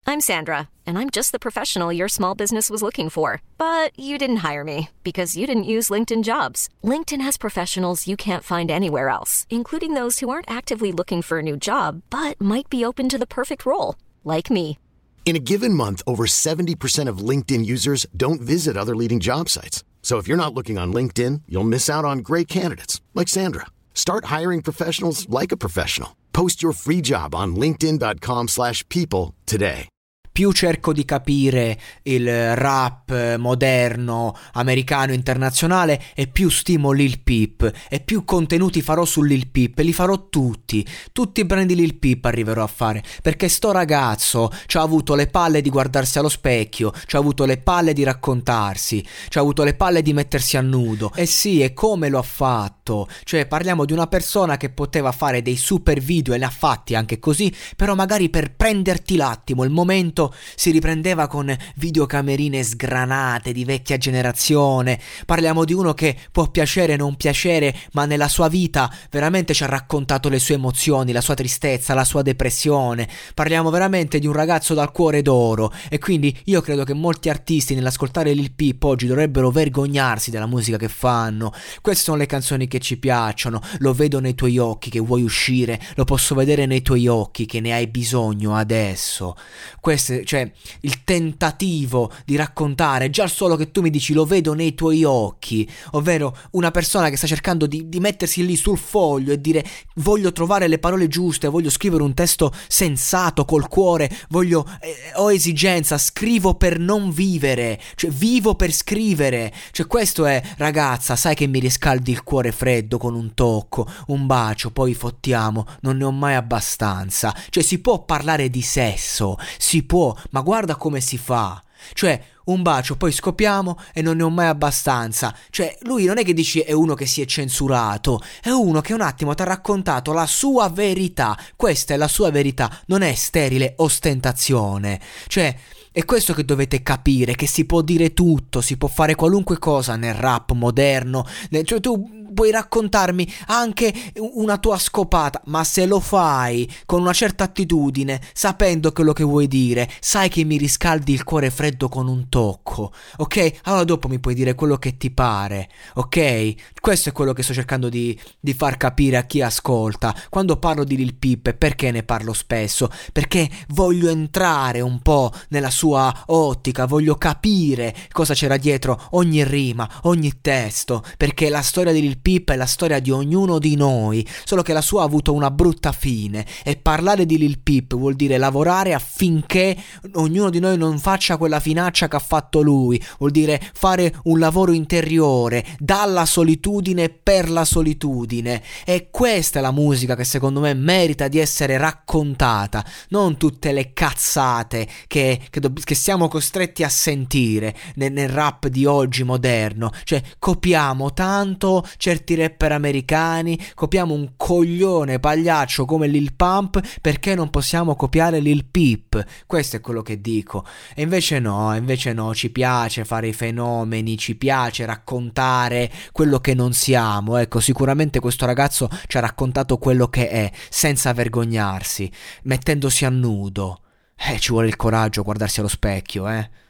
I'm Sandra, and I'm just the professional your small business was looking for. But you didn't hire me because you didn't use LinkedIn Jobs. LinkedIn has professionals you can't find anywhere else, including those who aren't actively looking for a new job, but might be open to the perfect role, like me. In a given month, over 70% of LinkedIn users don't visit other leading job sites. So if you're not looking on LinkedIn, you'll miss out on great candidates like Sandra. Start hiring professionals like a professional. Post your free job on linkedin.com/people today. Più cerco di capire il rap moderno, americano, internazionale, e più stimo Lil Peep, e più contenuti farò su Lil Peep, e li farò tutti i brani di Lil Peep arriverò a fare, perché sto ragazzo c'ha avuto le palle di guardarsi allo specchio, c'ha avuto le palle di raccontarsi, c'ha avuto le palle di mettersi a nudo, e sì, e come lo ha fatto, cioè parliamo di una persona che poteva fare dei super video, e ne ha fatti anche così, però magari per prenderti l'attimo, il momento, si riprendeva con videocamerine sgranate di vecchia generazione. Parliamo di uno che può piacere o non piacere, ma nella sua vita veramente ci ha raccontato le sue emozioni, la sua tristezza, la sua depressione. Parliamo veramente di un ragazzo dal cuore d'oro, e quindi io credo che molti artisti nell'ascoltare Lil Peep oggi dovrebbero vergognarsi della musica che fanno. Queste sono le canzoni che ci piacciono, lo vedo nei tuoi occhi che vuoi uscire, lo posso vedere nei tuoi occhi che ne hai bisogno adesso. Queste, cioè, il tentativo di raccontare, già solo che tu mi dici lo vedo nei tuoi occhi, ovvero una persona che sta cercando di mettersi lì sul foglio e dire voglio trovare le parole giuste, voglio scrivere un testo sensato col cuore, ho esigenza, scrivo per non vivere, cioè vivo per scrivere, cioè questo è, ragazza, sai che mi riscaldi il cuore freddo con un tocco, un bacio, poi fottiamo, non ne ho mai abbastanza. Cioè si può parlare di sesso, si può, ma guarda come si fa. Cioè un bacio, poi scopiamo e non ne ho mai abbastanza. Cioè lui non è che dici è uno che si è censurato, è uno che un attimo ti ha raccontato la sua verità. Questa è la sua verità, non è sterile ostentazione. Cioè è questo che dovete capire, che si può dire tutto, si può fare qualunque cosa nel rap moderno. Cioè tu puoi raccontarmi anche una tua scopata, ma se lo fai con una certa attitudine, sapendo quello che vuoi dire, sai che mi riscaldi il cuore freddo con un tocco, ok? Allora dopo mi puoi dire quello che ti pare, ok? Questo è quello che sto cercando di far capire a chi ascolta. Quando parlo di Lil Peep, perché ne parlo spesso? Perché voglio entrare un po' nella sua ottica, voglio capire cosa c'era dietro ogni rima, ogni testo, perché la storia di Lil Peep è la storia di ognuno di noi, solo che la sua ha avuto una brutta fine, e parlare di Lil Peep vuol dire lavorare affinché ognuno di noi non faccia quella finaccia che ha fatto lui, vuol dire fare un lavoro interiore dalla solitudine per la solitudine, e questa è la musica che secondo me merita di essere raccontata, non tutte le cazzate che siamo costretti a sentire nel rap di oggi moderno. Cioè copiamo tanto certi rapper americani, copiamo un coglione pagliaccio come Lil Pump, perché non possiamo copiare Lil Peep? Questo è quello che dico. E invece no, ci piace fare i fenomeni, ci piace raccontare quello che non siamo. Ecco, sicuramente questo ragazzo ci ha raccontato quello che è, senza vergognarsi, mettendosi a nudo. Ci vuole il coraggio a guardarsi allo specchio,